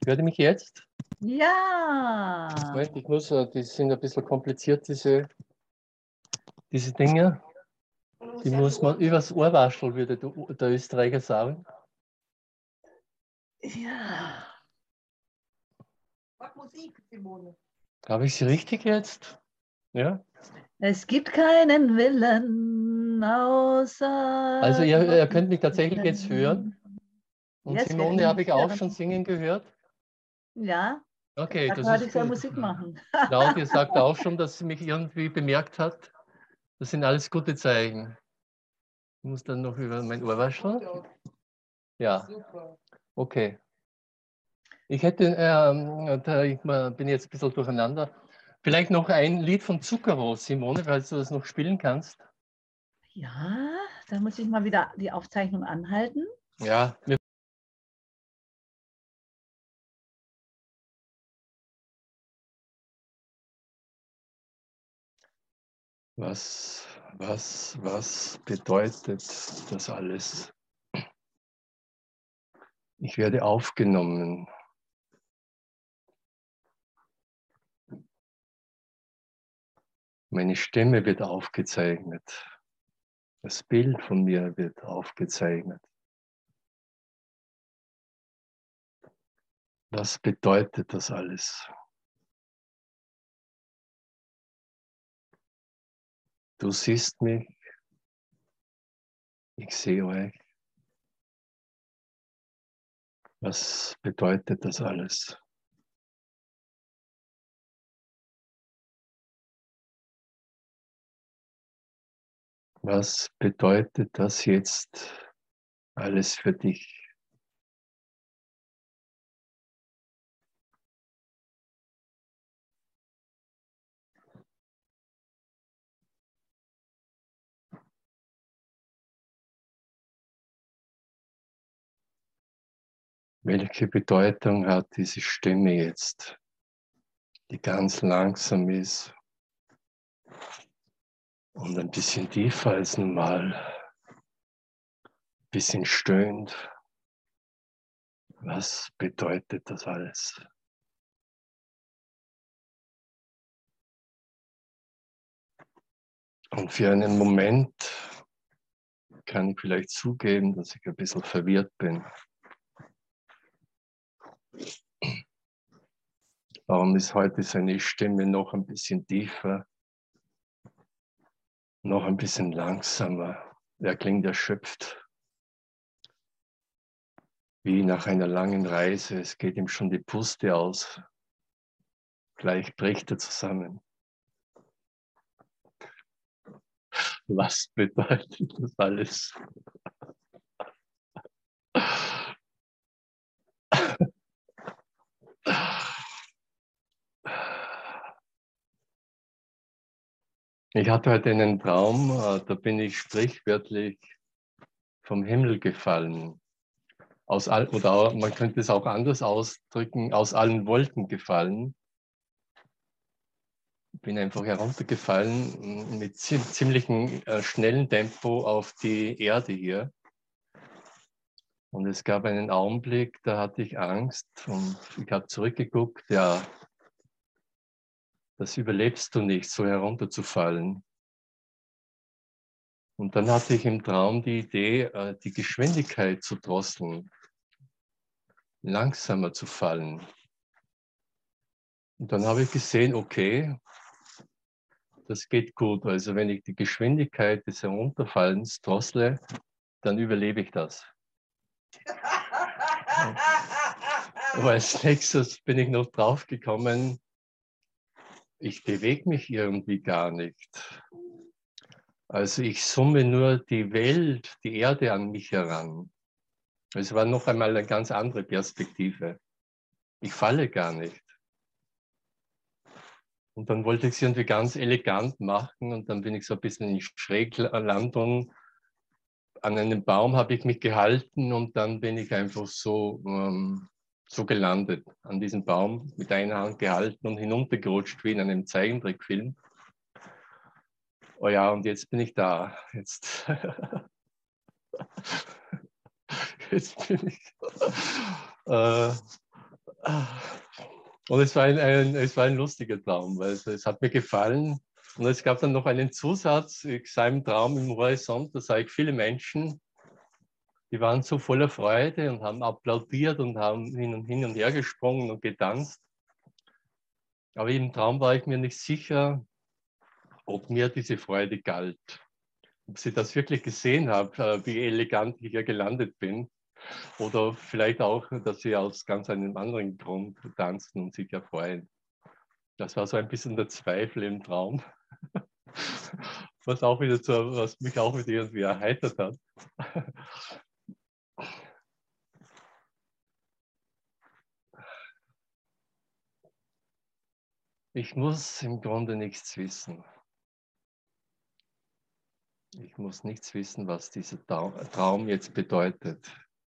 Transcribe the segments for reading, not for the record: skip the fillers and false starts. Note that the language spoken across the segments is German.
Hört ihr mich jetzt? Ja. Moment, die sind ein bisschen kompliziert, diese Dinge. Die muss man übers Ohrwaschel, würde der Österreicher sagen. Ja. Mach Musik, Simone. Habe ich sie richtig jetzt? Ja? Es gibt keinen Willen außer. Also ihr könnt mich tatsächlich jetzt hören. Und Yes, Simone habe ich auch schon singen gehört. Ja. Okay, Das das heute ist ich soll gut. Musik machen. Claudia sagt auch schon, dass sie mich irgendwie bemerkt hat. Das sind alles gute Zeichen. Ich muss dann noch über mein Ohrwaschel. Ja, okay. Ich hätte, ich bin jetzt ein bisschen durcheinander. Vielleicht noch ein Lied von Zucchero, Simone, falls du das noch spielen kannst. Ja, da muss ich mal wieder die Aufzeichnung anhalten. Ja, was bedeutet das alles? Ich werde aufgenommen. Meine Stimme wird aufgezeichnet. Das Bild von mir wird aufgezeichnet. Was bedeutet das alles? Du siehst mich, ich sehe euch. Was bedeutet das alles? Was bedeutet das jetzt alles für dich? Welche Bedeutung hat diese Stimme jetzt, die ganz langsam ist und ein bisschen tiefer als normal, ein bisschen stöhnt? Was bedeutet das alles? Und für einen Moment kann ich vielleicht zugeben, dass ich ein bisschen verwirrt bin. Warum ist heute seine Stimme noch ein bisschen tiefer, noch ein bisschen langsamer? Er klingt erschöpft, wie nach einer langen Reise. Es geht ihm schon die Puste aus. Gleich bricht er zusammen. Was bedeutet das alles? Ich hatte heute einen Traum, da bin ich sprichwörtlich vom Himmel gefallen. Oder man könnte es auch anders ausdrücken, aus allen Wolken gefallen. Ich bin einfach heruntergefallen mit ziemlichem schnellen Tempo auf die Erde hier. Und es gab einen Augenblick, da hatte ich Angst und ich habe zurückgeguckt, ja, das überlebst du nicht, so herunterzufallen. Und dann hatte ich im Traum die Idee, die Geschwindigkeit zu drosseln, langsamer zu fallen. Und dann habe ich gesehen, okay, das geht gut. Also wenn ich die Geschwindigkeit des Herunterfallens drossle, dann überlebe ich das. Aber als nächstes bin ich noch drauf gekommen, ich bewege mich irgendwie gar nicht. Also ich summe nur die Welt, die Erde an mich heran. Es war noch einmal eine ganz andere Perspektive. Ich falle gar nicht. Und dann wollte ich es irgendwie ganz elegant machen und dann bin ich so ein bisschen in Schräglandung. An einem Baum habe ich mich gehalten und dann bin ich einfach so gelandet. An diesem Baum mit einer Hand gehalten und hinuntergerutscht wie in einem Zeichentrickfilm. Oh ja, und jetzt bin ich da. Jetzt bin ich Und es war ein lustiger Traum, weil es hat mir gefallen. Und es gab dann noch einen Zusatz. Ich sah im Traum im Horizont, da sah ich viele Menschen, die waren so voller Freude und haben applaudiert und haben hin und her gesprungen und getanzt. Aber im Traum war ich mir nicht sicher, ob mir diese Freude galt. Ob sie das wirklich gesehen habe, wie elegant ich hier gelandet bin. Oder vielleicht auch, dass sie aus ganz einem anderen Grund tanzen und sich erfreuen. Das war so ein bisschen der Zweifel im Traum, was mich auch wieder irgendwie erheitert hat. Ich muss im Grunde nichts wissen. Ich muss nichts wissen, was dieser Traum jetzt bedeutet.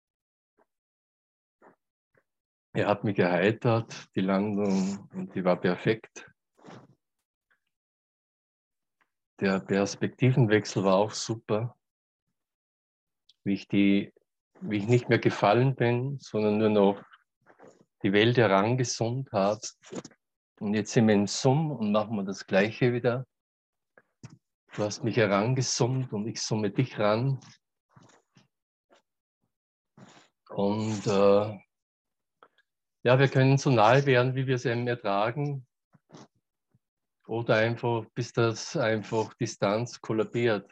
Er hat mich erheitert, die Landung, und die war perfekt. Der Perspektivenwechsel war auch super, wie ich nicht mehr gefallen bin, sondern nur noch die Welt herangezoomt habe. Und jetzt sind wir im Zoom und machen wir das Gleiche wieder. Du hast mich herangezoomt und ich zoome dich ran. Und ja, wir können so nahe werden, wie wir es eben ertragen. Oder einfach, bis das einfach Distanz kollabiert.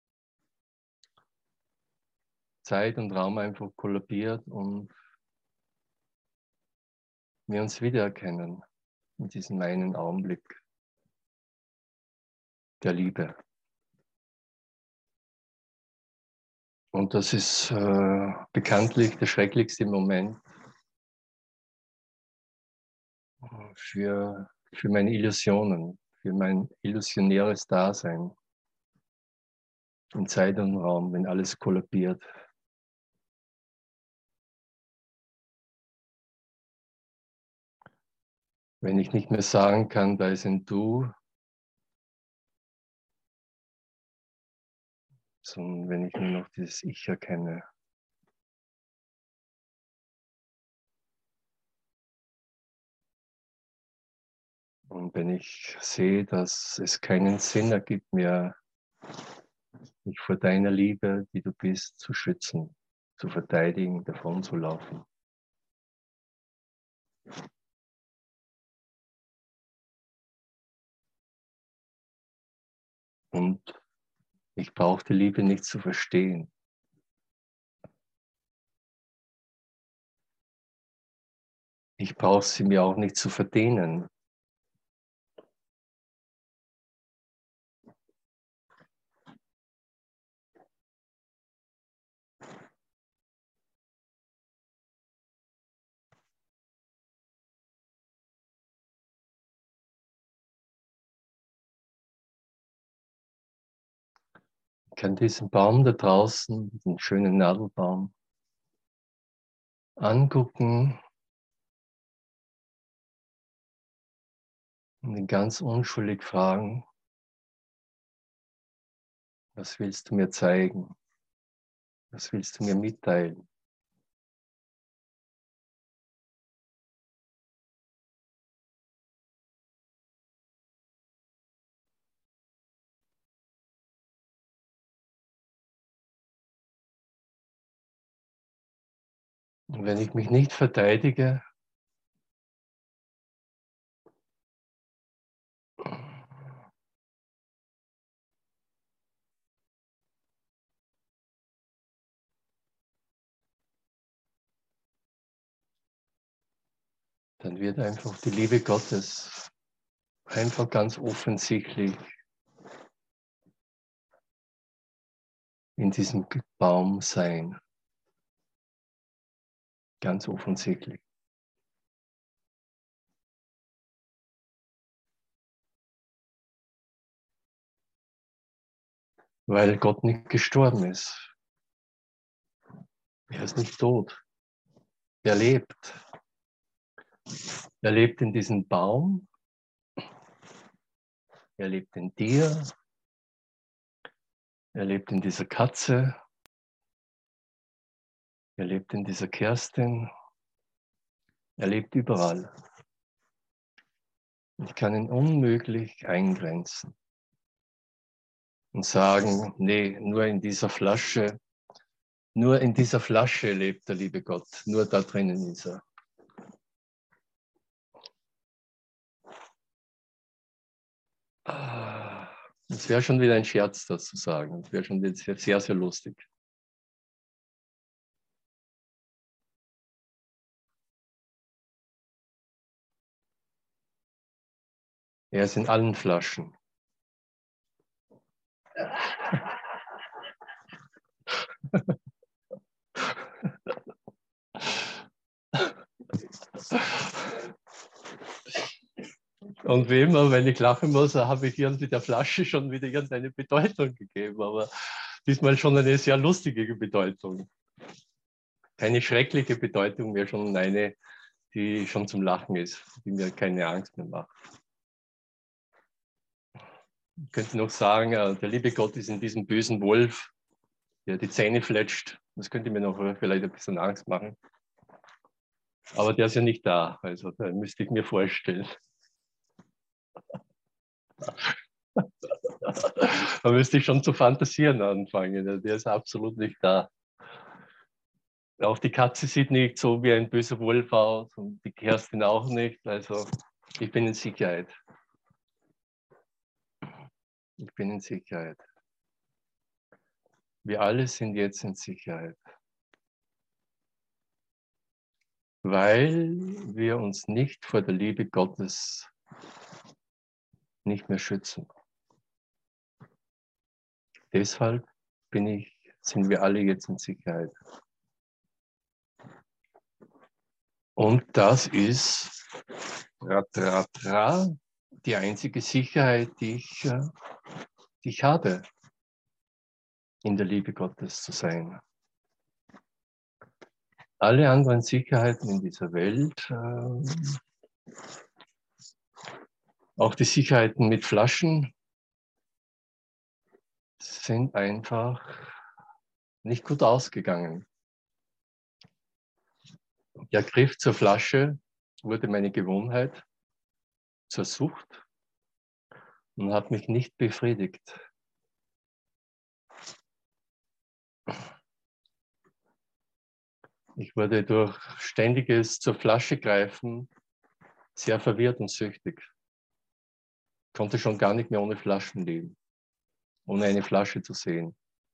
Zeit und Raum einfach kollabiert und wir uns wiedererkennen in diesem einen Augenblick der Liebe. Und das ist bekanntlich der schrecklichste Moment für meine Illusionen, für mein illusionäres Dasein in Zeit und Raum, wenn alles kollabiert. Wenn ich nicht mehr sagen kann, da ist ein Du, sondern wenn ich nur noch dieses Ich erkenne. Und wenn ich sehe, dass es keinen Sinn ergibt mehr, mich vor deiner Liebe, die du bist, zu schützen, zu verteidigen, davon zu laufen. Und ich brauche die Liebe nicht zu verstehen. Ich brauche sie mir auch nicht zu verdienen. Ich kann diesen Baum da draußen, diesen schönen Nadelbaum, angucken und ihn ganz unschuldig fragen, was willst du mir zeigen? Was willst du mir mitteilen? Und wenn ich mich nicht verteidige, dann wird einfach die Liebe Gottes einfach ganz offensichtlich in diesem Baum sein. Ganz offensichtlich. Weil Gott nicht gestorben ist. Er ist nicht tot. Er lebt. Er lebt in diesem Baum. Er lebt in dir. Er lebt in dieser Katze. Er lebt in dieser Kerstin. Er lebt überall. Ich kann ihn unmöglich eingrenzen und sagen, nee, nur in dieser Flasche lebt der liebe Gott, nur da drinnen ist er. Das wäre schon wieder ein Scherz, das zu sagen. Das wäre schon sehr, sehr lustig. Er ist in allen Flaschen. Und wie immer, wenn ich lachen muss, habe ich irgendwie der Flasche schon wieder irgendeine Bedeutung gegeben, aber diesmal schon eine sehr lustige Bedeutung. Keine schreckliche Bedeutung mehr, schon eine, die schon zum Lachen ist, die mir keine Angst mehr macht. Ich könnte noch sagen, der liebe Gott ist in diesem bösen Wolf, der die Zähne fletscht. Das könnte mir noch vielleicht ein bisschen Angst machen. Aber der ist ja nicht da, also da müsste ich mir vorstellen. Da müsste ich schon zu fantasieren anfangen. Der ist absolut nicht da. Auch die Katze sieht nicht so wie ein böser Wolf aus und die Kerstin auch nicht. Also ich bin in Sicherheit. Ich bin in Sicherheit. Wir alle sind jetzt in Sicherheit. Weil wir uns nicht vor der Liebe Gottes nicht mehr schützen. Deshalb sind wir alle jetzt in Sicherheit. Und das ist die einzige Sicherheit, die ich habe, in der Liebe Gottes zu sein. Alle anderen Sicherheiten in dieser Welt, auch die Sicherheiten mit Flaschen, sind einfach nicht gut ausgegangen. Der Griff zur Flasche wurde meine Gewohnheit zur Sucht und hat mich nicht befriedigt. Ich wurde durch ständiges zur Flasche greifen sehr verwirrt und süchtig. Ich konnte schon gar nicht mehr ohne Flaschen leben, ohne eine Flasche zu sehen.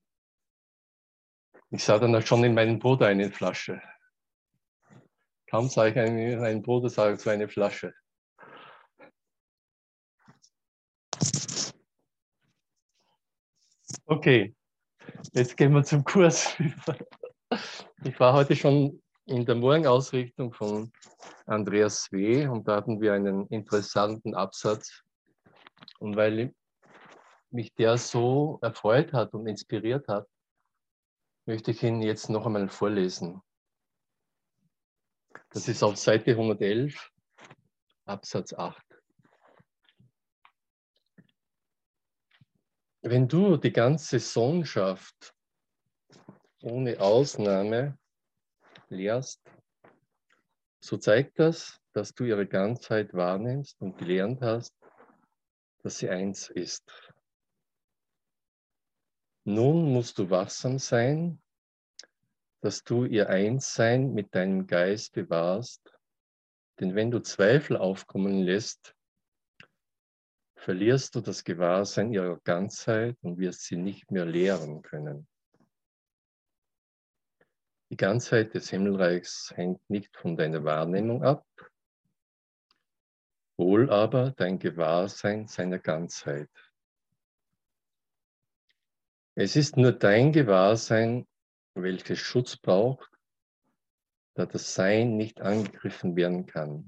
Ich sah dann auch schon in meinen Bruder eine Flasche. Kaum sah ich einen Bruder, sah ich so eine Flasche. Okay, jetzt gehen wir zum Kurs. Ich war heute schon in der Morgenausrichtung von Andreas W. und da hatten wir einen interessanten Absatz. Und weil mich der so erfreut hat und inspiriert hat, möchte ich ihn jetzt noch einmal vorlesen. Das ist auf Seite 111, Absatz 8. Wenn du die ganze Sohnschaft ohne Ausnahme lehrst, so zeigt das, dass du ihre Ganzheit wahrnimmst und gelernt hast, dass sie eins ist. Nun musst du wachsam sein, dass du ihr Einssein mit deinem Geist bewahrst, denn wenn du Zweifel aufkommen lässt, verlierst du das Gewahrsein ihrer Ganzheit und wirst sie nicht mehr lehren können. Die Ganzheit des Himmelreichs hängt nicht von deiner Wahrnehmung ab, wohl aber dein Gewahrsein seiner Ganzheit. Es ist nur dein Gewahrsein, welches Schutz braucht, da das Sein nicht angegriffen werden kann.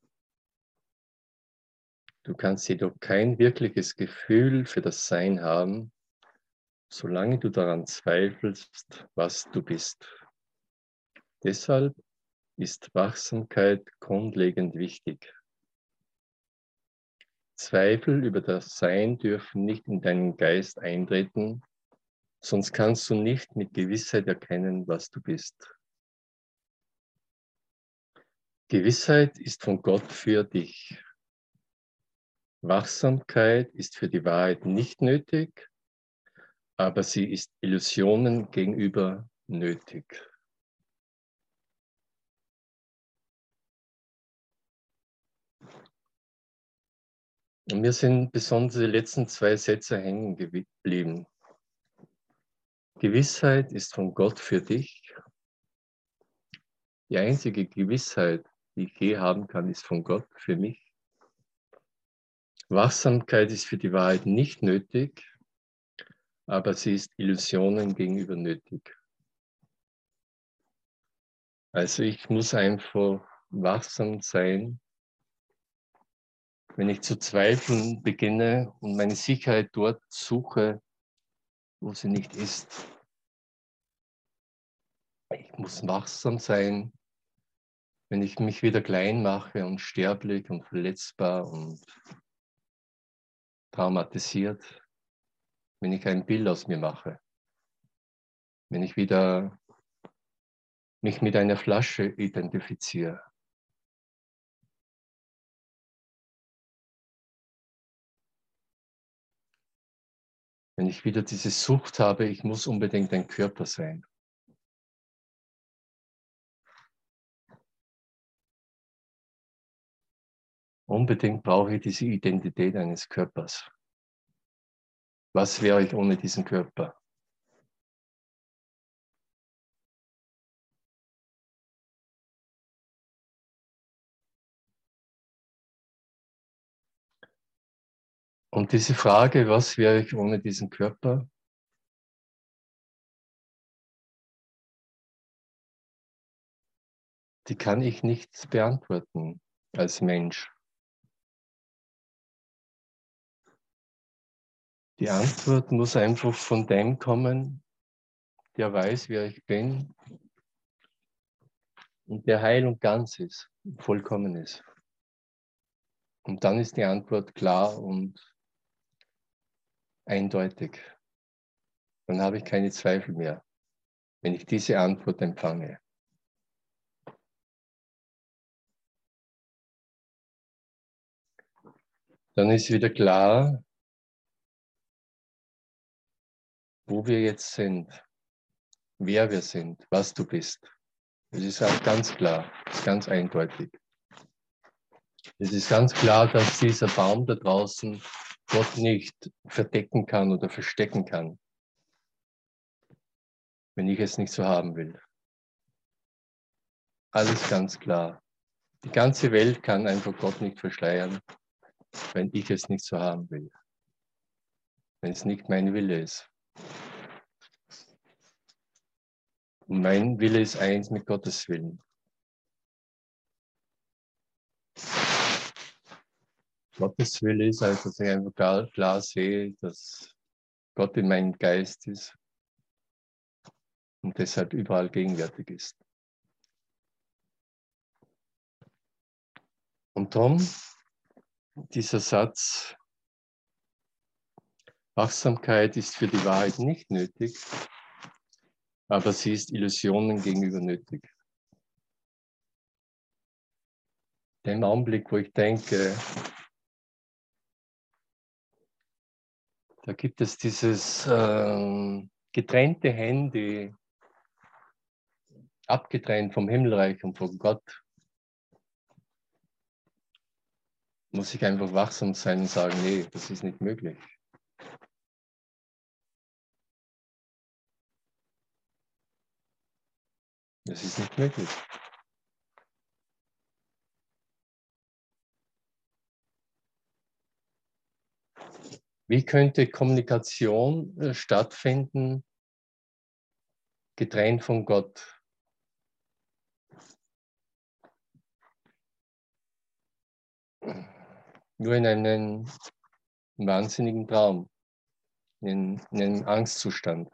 Du kannst jedoch kein wirkliches Gefühl für das Sein haben, solange du daran zweifelst, was du bist. Deshalb ist Wachsamkeit grundlegend wichtig. Zweifel über das Sein dürfen nicht in deinen Geist eintreten, sonst kannst du nicht mit Gewissheit erkennen, was du bist. Gewissheit ist von Gott für dich. Wachsamkeit ist für die Wahrheit nicht nötig, aber sie ist Illusionen gegenüber nötig. Und mir sind besonders die letzten 2 Sätze hängen geblieben. Gewissheit ist von Gott für dich. Die einzige Gewissheit, die ich je haben kann, ist von Gott für mich. Wachsamkeit ist für die Wahrheit nicht nötig, aber sie ist Illusionen gegenüber nötig. Also ich muss einfach wachsam sein, wenn ich zu zweifeln beginne und meine Sicherheit dort suche, wo sie nicht ist. Ich muss wachsam sein, wenn ich mich wieder klein mache und sterblich und verletzbar und traumatisiert, wenn ich ein Bild aus mir mache, wenn ich wieder mich mit einer Flasche identifiziere. Wenn ich wieder diese Sucht habe, ich muss unbedingt ein Körper sein. Unbedingt brauche ich diese Identität eines Körpers. Was wäre ich ohne diesen Körper? Und diese Frage, was wäre ich ohne diesen Körper? Die kann ich nicht beantworten als Mensch. Die Antwort muss einfach von dem kommen, der weiß, wer ich bin und der heil und ganz ist, vollkommen ist. Und dann ist die Antwort klar und eindeutig. Dann habe ich keine Zweifel mehr, wenn ich diese Antwort empfange. Dann ist wieder klar, wo wir jetzt sind, wer wir sind, was du bist. Es ist auch ganz klar, es ist ganz eindeutig. Es ist ganz klar, dass dieser Baum da draußen Gott nicht verdecken kann oder verstecken kann, wenn ich es nicht so haben will. Alles ganz klar. Die ganze Welt kann einfach Gott nicht verschleiern, wenn ich es nicht so haben will. Wenn es nicht mein Wille ist. Und mein Wille ist eins mit Gottes Willen. Gottes Wille ist also, dass ich einfach klar sehe, dass Gott in meinem Geist ist und deshalb überall gegenwärtig ist. Und darum, dieser Satz, Wachsamkeit ist für die Wahrheit nicht nötig, aber sie ist Illusionen gegenüber nötig. Im Augenblick, wo ich denke, da gibt es dieses getrennte Handy, abgetrennt vom Himmelreich und von Gott, muss ich einfach wachsam sein und sagen, nee, das ist nicht möglich. Das ist nicht möglich. Wie könnte Kommunikation stattfinden, getrennt von Gott? Nur in einem wahnsinnigen Traum, in einem Angstzustand.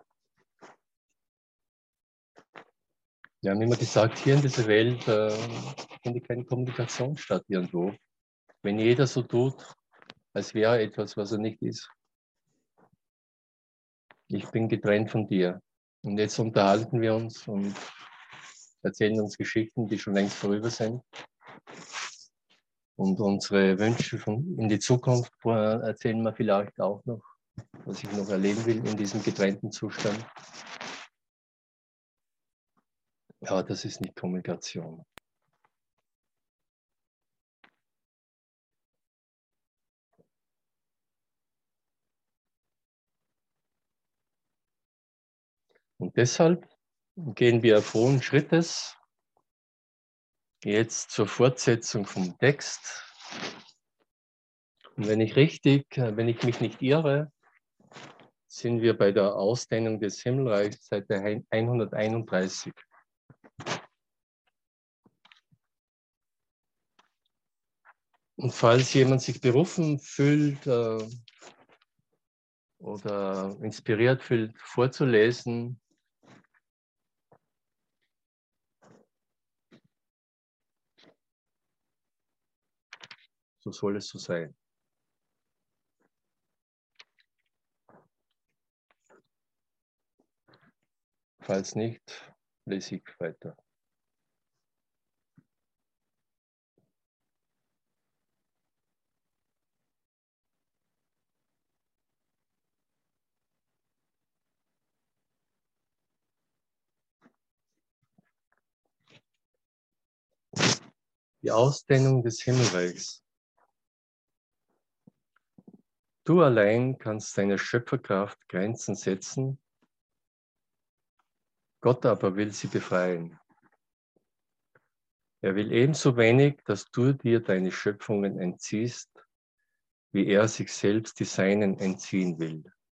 Wir haben immer gesagt, hier in dieser Welt findet keine Kommunikation statt irgendwo. Wenn jeder so tut, als wäre etwas, was er nicht ist. Ich bin getrennt von dir. Und jetzt unterhalten wir uns und erzählen uns Geschichten, die schon längst vorüber sind. Und unsere Wünsche in die Zukunft erzählen wir vielleicht auch noch, was ich noch erleben will in diesem getrennten Zustand. Ja, das ist nicht Kommunikation. Und deshalb gehen wir frohen Schrittes jetzt zur Fortsetzung vom Text. Und wenn ich mich nicht irre, sind wir bei der Ausdehnung des Himmelreichs Seite 131. Und falls jemand sich berufen fühlt oder inspiriert fühlt, vorzulesen, so soll es so sein. Falls nicht, lese ich weiter. Die Ausdehnung des Himmelreichs. Du allein kannst deiner Schöpferkraft Grenzen setzen, Gott aber will sie befreien. Er will ebenso wenig, dass du dir deine Schöpfungen entziehst, wie er sich selbst die seinen entziehen will.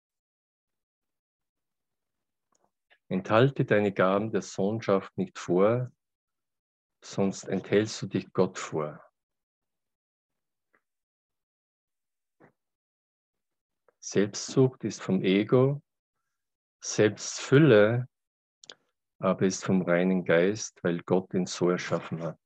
Enthalte deine Gaben der Sohnschaft nicht vor, sonst enthältst du dich Gott vor. Selbstsucht ist vom Ego, Selbstfülle aber ist vom reinen Geist, weil Gott ihn so erschaffen hat.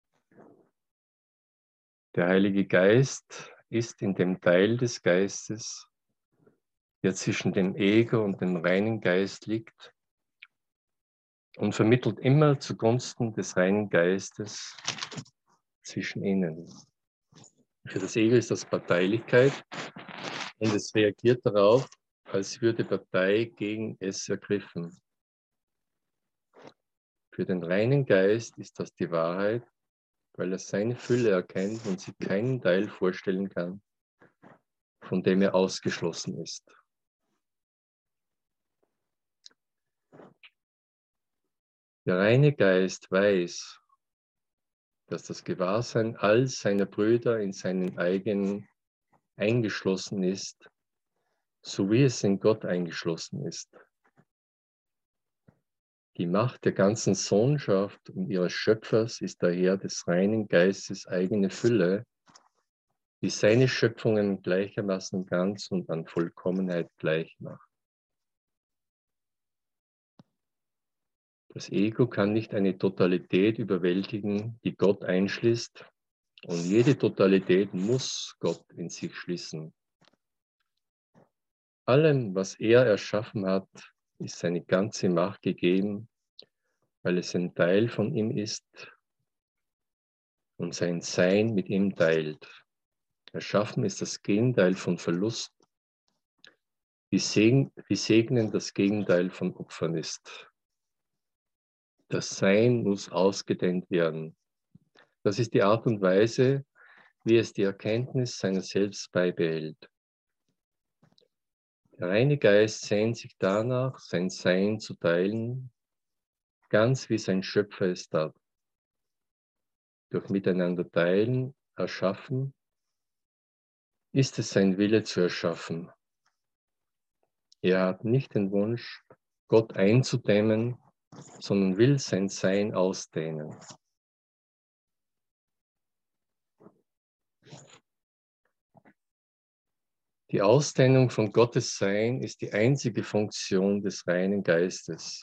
Der Heilige Geist ist in dem Teil des Geistes, der zwischen dem Ego und dem reinen Geist liegt und vermittelt immer zugunsten des reinen Geistes zwischen ihnen. Für das Ego ist das Parteilichkeit und es reagiert darauf, als würde Partei gegen es ergriffen. Für den reinen Geist ist das die Wahrheit, weil er seine Fülle erkennt und sich keinen Teil vorstellen kann, von dem er ausgeschlossen ist. Der reine Geist weiß, dass das Gewahrsein all seiner Brüder in seinen eigenen eingeschlossen ist, so wie es in Gott eingeschlossen ist. Die Macht der ganzen Sohnschaft und ihres Schöpfers ist daher des reinen Geistes eigene Fülle, die seine Schöpfungen gleichermaßen ganz und an Vollkommenheit gleich macht. Das Ego kann nicht eine Totalität überwältigen, die Gott einschließt, und jede Totalität muss Gott in sich schließen. Allem, was er erschaffen hat, ist seine ganze Macht gegeben, weil es ein Teil von ihm ist und sein Sein mit ihm teilt. Erschaffen ist das Gegenteil von Verlust, wie Segnen das Gegenteil von Opfern ist. Das Sein muss ausgedehnt werden. Das ist die Art und Weise, wie es die Erkenntnis seiner selbst beibehält. Der reine Geist sehnt sich danach, sein Sein zu teilen, ganz wie sein Schöpfer es tat. Durch Miteinander teilen, erschaffen, ist es sein Wille zu erschaffen. Er hat nicht den Wunsch, Gott einzudämmen, sondern will sein Sein ausdehnen. Die Ausdehnung von Gottes Sein ist die einzige Funktion des reinen Geistes.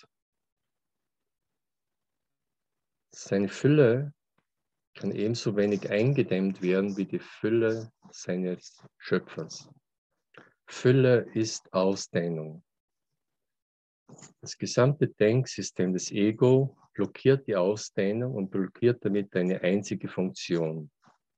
Seine Fülle kann ebenso wenig eingedämmt werden wie die Fülle seines Schöpfers. Fülle ist Ausdehnung. Das gesamte Denksystem des Ego blockiert die Ausdehnung und blockiert damit deine einzige Funktion.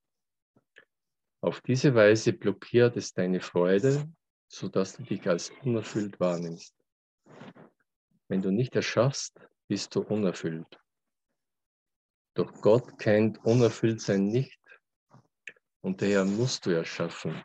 Auf diese Weise blockiert es deine Freude, sodass du dich als unerfüllt wahrnimmst. Wenn du nicht erschaffst, bist du unerfüllt. Doch Gott kennt Unerfülltsein nicht und daher musst du erschaffen.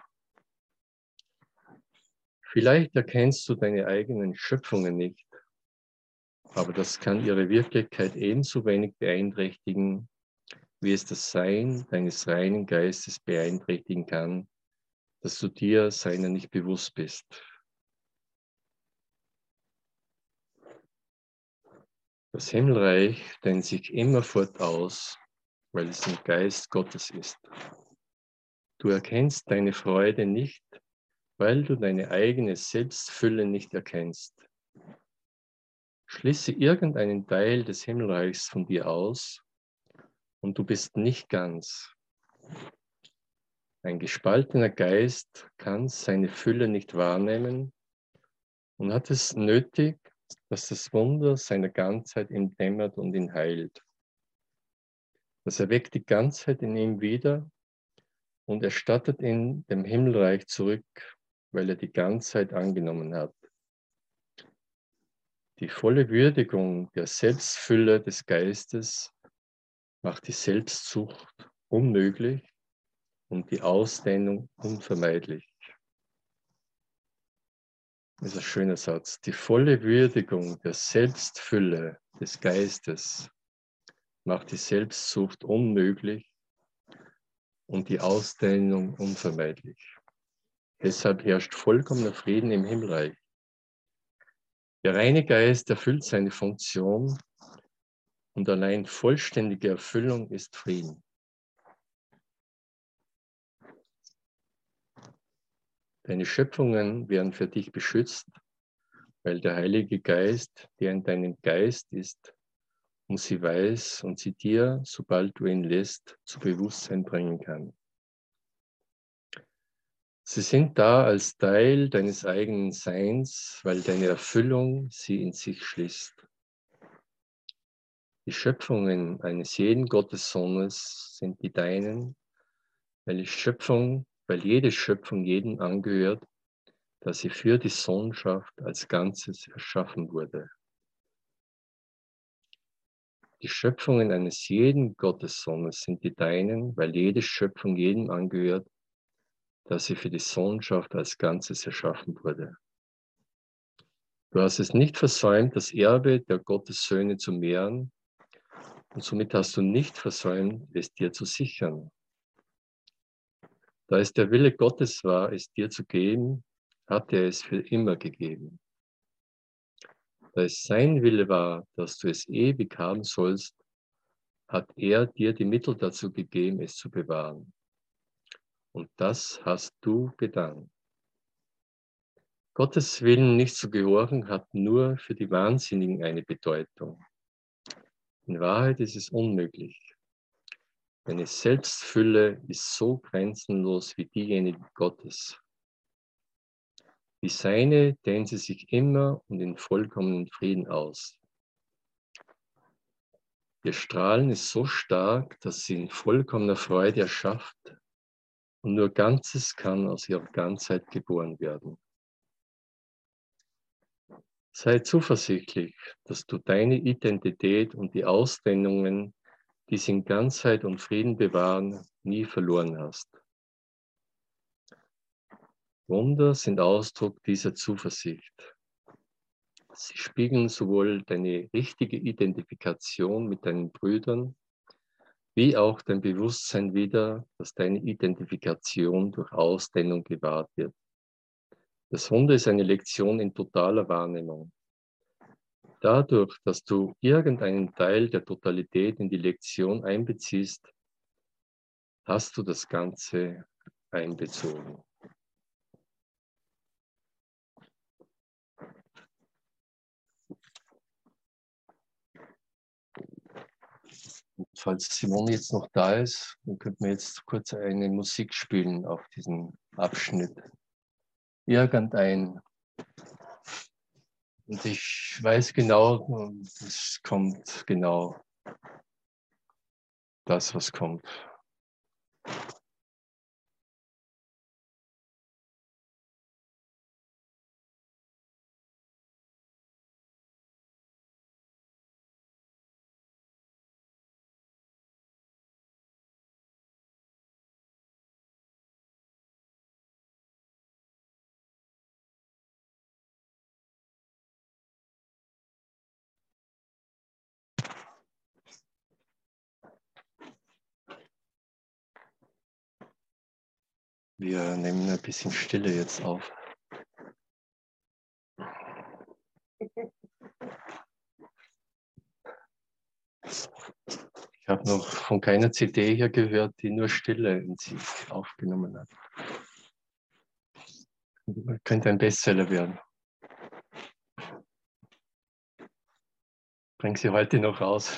Vielleicht erkennst du deine eigenen Schöpfungen nicht, aber das kann ihre Wirklichkeit ebenso wenig beeinträchtigen, wie es das Sein deines reinen Geistes beeinträchtigen kann, dass du dir seiner nicht bewusst bist. Das Himmelreich dehnt sich immerfort aus, weil es im Geist Gottes ist. Du erkennst deine Freude nicht, weil du deine eigene Selbstfülle nicht erkennst. Schließe irgendeinen Teil des Himmelreichs von dir aus und du bist nicht ganz. Ein gespaltener Geist kann seine Fülle nicht wahrnehmen und hat es nötig, dass das Wunder seiner Ganzheit ihm dämmert und ihn heilt. Das erweckt die Ganzheit in ihm wieder und erstattet ihn dem Himmelreich zurück, weil er die Ganzheit angenommen hat. Die volle Würdigung der Selbstfülle des Geistes macht die Selbstsucht unmöglich und die Ausdehnung unvermeidlich. Das ist ein schöner Satz. Die volle Würdigung der Selbstfülle des Geistes macht die Selbstsucht unmöglich und die Ausdehnung unvermeidlich. Deshalb herrscht vollkommener Frieden im Himmelreich. Der reine Geist erfüllt seine Funktion und allein vollständige Erfüllung ist Frieden. Deine Schöpfungen werden für dich beschützt, weil der Heilige Geist, der in deinem Geist ist, um sie weiß und sie dir, sobald du ihn lässt, zu Bewusstsein bringen kann. Sie sind da als Teil deines eigenen Seins, weil deine Erfüllung sie in sich schließt. Die Schöpfungen eines jeden Gottessohnes sind die deinen, weil jede Schöpfung jedem angehört, da sie für die Sohnschaft als Ganzes erschaffen wurde. Die Schöpfungen eines jeden Gottessohnes sind die deinen, weil jede Schöpfung jedem angehört, da sie für die Sohnschaft als Ganzes erschaffen wurde. Du hast es nicht versäumt, das Erbe der Gottessöhne zu mehren, und somit hast du nicht versäumt, es dir zu sichern. Da es der Wille Gottes war, es dir zu geben, hat er es für immer gegeben. Da es sein Wille war, dass du es ewig haben sollst, hat er dir die Mittel dazu gegeben, es zu bewahren. Und das hast du getan. Gottes Willen nicht zu gehorchen, hat nur für die Wahnsinnigen eine Bedeutung. In Wahrheit ist es unmöglich. Deine Selbstfülle ist so grenzenlos wie diejenige Gottes. Wie seine dehnt sie sich immer und in vollkommenen Frieden aus. Ihr Strahlen ist so stark, dass sie in vollkommener Freude erschafft und nur Ganzes kann aus ihrer Ganzheit geboren werden. Sei zuversichtlich, dass du deine Identität und die Ausdehnungen, die sie in Ganzheit und Frieden bewahren, nie verloren hast. Wunder sind Ausdruck dieser Zuversicht. Sie spiegeln sowohl deine richtige Identifikation mit deinen Brüdern, wie auch dein Bewusstsein wider, dass deine Identifikation durch Ausdehnung gewahrt wird. Das Wunder ist eine Lektion in totaler Wahrnehmung. Dadurch, dass du irgendeinen Teil der Totalität in die Lektion einbeziehst, hast du das Ganze einbezogen. Und falls Simone jetzt noch da ist, dann könnten wir jetzt kurz eine Musik spielen auf diesen Abschnitt. Irgendein Und ich weiß genau, es kommt genau das, was kommt. Wir nehmen ein bisschen Stille jetzt auf. Ich habe noch von keiner CD hier gehört, die nur Stille in sich aufgenommen hat. Könnte ein Bestseller werden. Bring sie heute noch raus.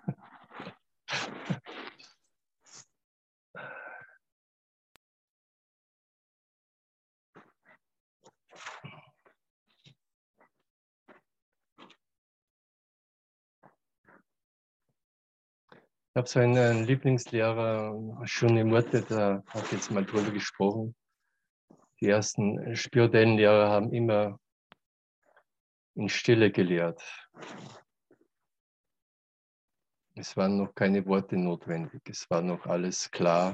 Ich habe so einen Lieblingslehrer, schon im Worte, da habe ich jetzt mal drüber gesprochen. Die ersten spirituellen Lehrer haben immer in Stille gelehrt. Es waren noch keine Worte notwendig, es war noch alles klar.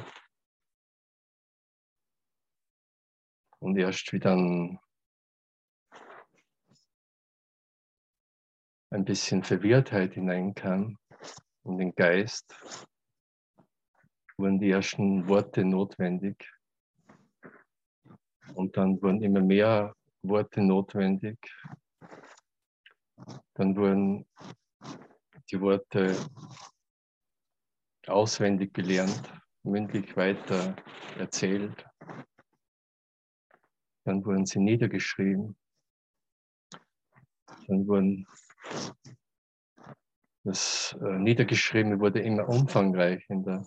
Und erst wie dann ein bisschen Verwirrtheit hineinkam in den Geist, wurden die ersten Worte notwendig. Und dann wurden immer mehr Worte notwendig. Dann wurden die Worte auswendig gelernt, mündlich weiter erzählt. Dann wurden sie niedergeschrieben. Dann wurden das Niedergeschriebene wurde immer umfangreicher.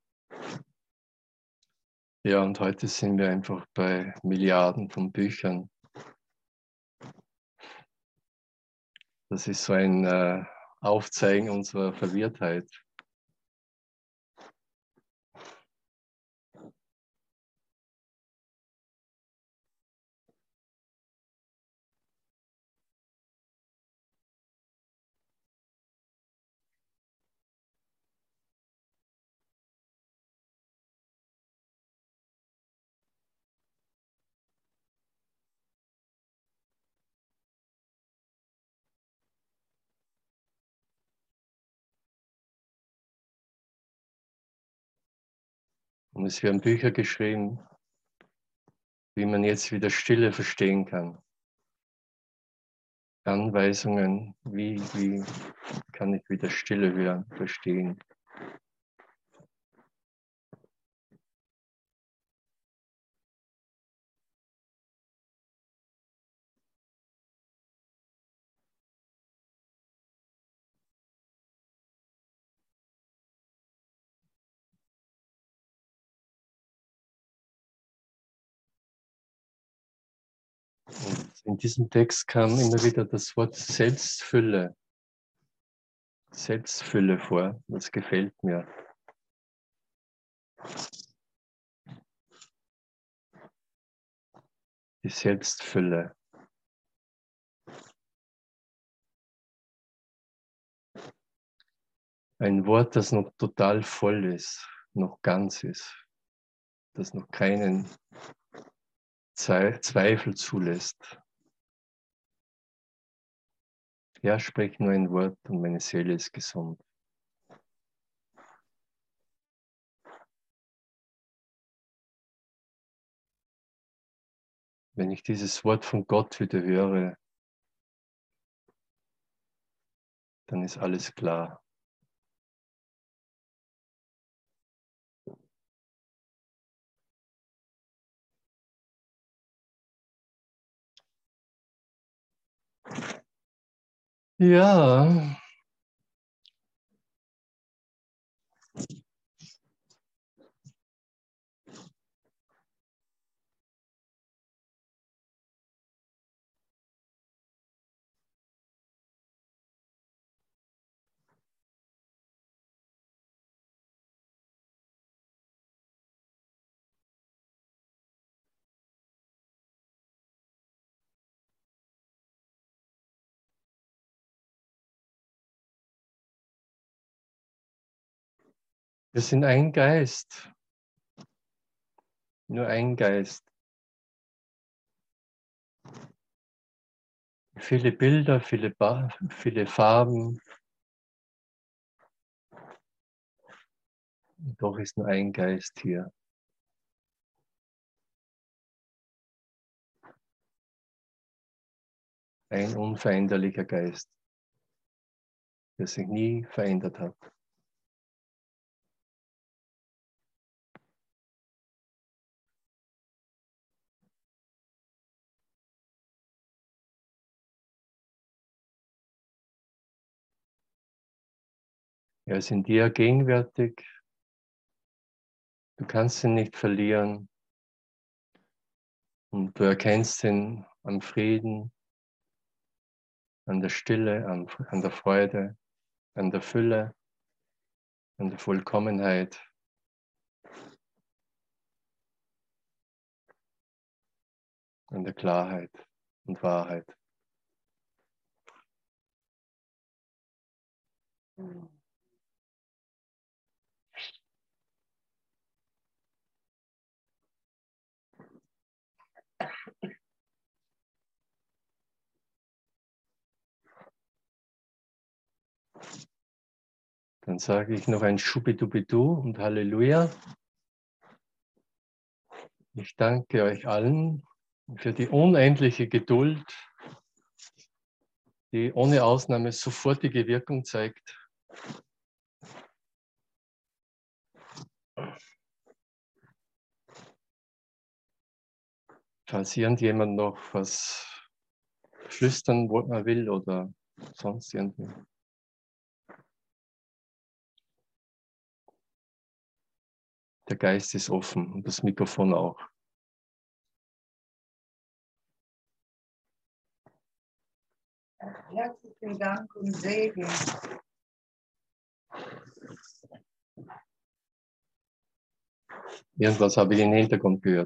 Ja, und heute sind wir einfach bei Milliarden von Büchern. Das ist so ein Aufzeigen unserer Verwirrtheit. Und es werden Bücher geschrieben, wie man jetzt wieder Stille verstehen kann. Anweisungen, wie kann ich wieder Stille hören, verstehen. Und in diesem Text kam immer wieder das Wort Selbstfülle vor. Das gefällt mir. Die Selbstfülle. Ein Wort, das noch total voll ist, noch ganz ist, das noch keinen Zweifel zulässt. Ja, sprich nur ein Wort und meine Seele ist gesund. Wenn ich dieses Wort von Gott wieder höre, dann ist alles klar. Ja, Wir sind ein Geist, nur ein Geist. Viele Bilder, viele Farben. Doch ist nur ein Geist hier. Ein unveränderlicher Geist, der sich nie verändert hat. Er ist in dir gegenwärtig. Du kannst ihn nicht verlieren. Und du erkennst ihn am Frieden, an der Stille, an der Freude, an der Fülle, an der Vollkommenheit. An der Klarheit und Wahrheit. Dann sage ich noch ein Schubidubidu und Halleluja. Ich danke euch allen für die unendliche Geduld, die ohne Ausnahme sofortige Wirkung zeigt. Falls irgendjemand noch was flüstern will oder sonst irgendwie. Der Geist ist offen und das Mikrofon auch. Herzlichen Dank und Segen. Irgendwas habe ich im Hintergrund gehört.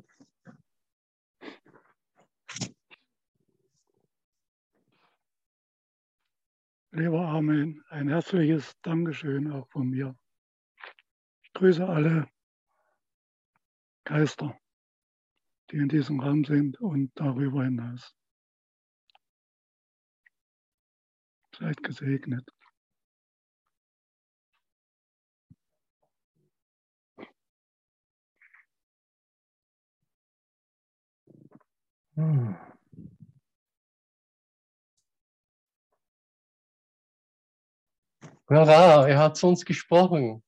Lieber Armin, ein herzliches Dankeschön auch von mir. Ich grüße alle Geister, die in diesem Raum sind und darüber hinaus. Seid gesegnet. Hurra, er hat zu uns gesprochen.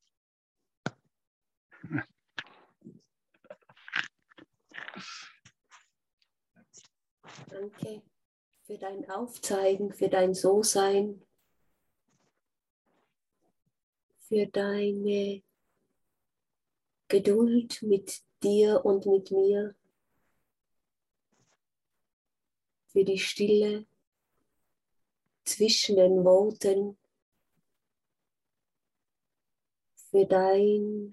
Danke für dein Aufzeigen, für dein So-Sein, für deine Geduld mit dir und mit mir, für die Stille zwischen den Worten, für dein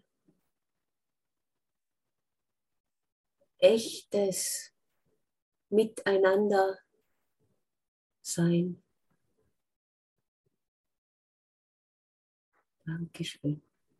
echtes Miteinander sein. Dankeschön.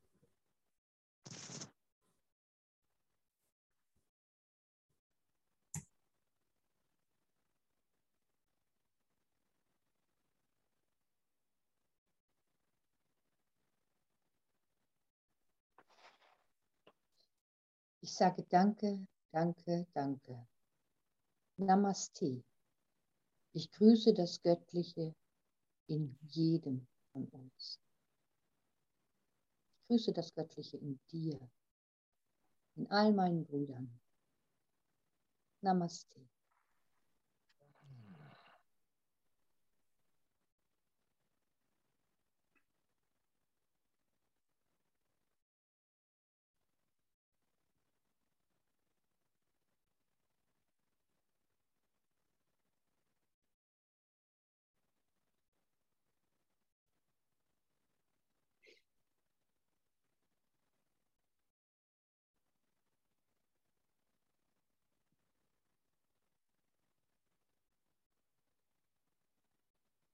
Ich sage danke, danke, danke. Namaste. Ich grüße das Göttliche in jedem von uns. Ich grüße das Göttliche in dir, in all meinen Brüdern. Namaste.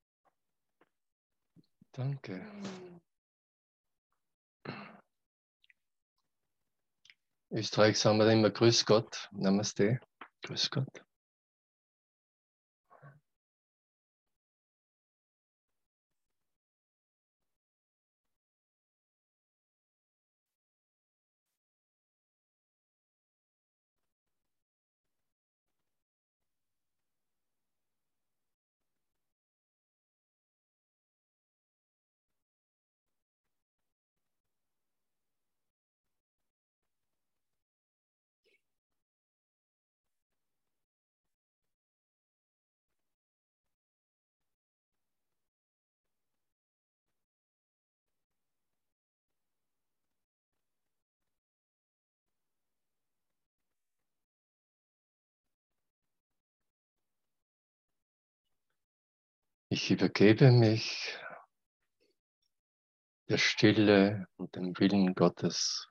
Danke. Österreich sagen wir immer Grüß Gott, Namaste, Grüß Gott. Ich übergebe mich der Stille und dem Willen Gottes.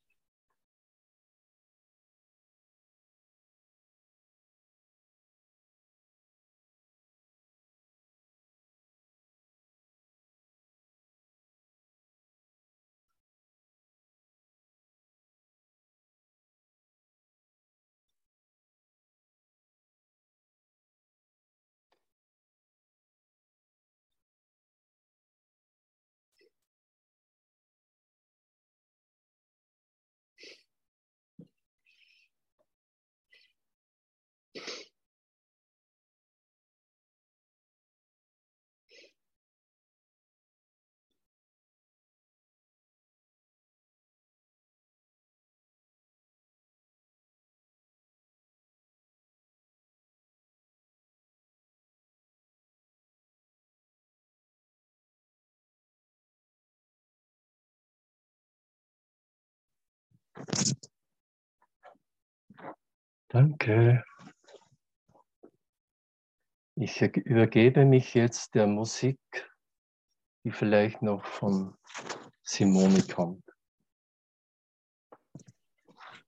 Danke. Ich übergebe mich jetzt der Musik, die vielleicht noch von Simone kommt.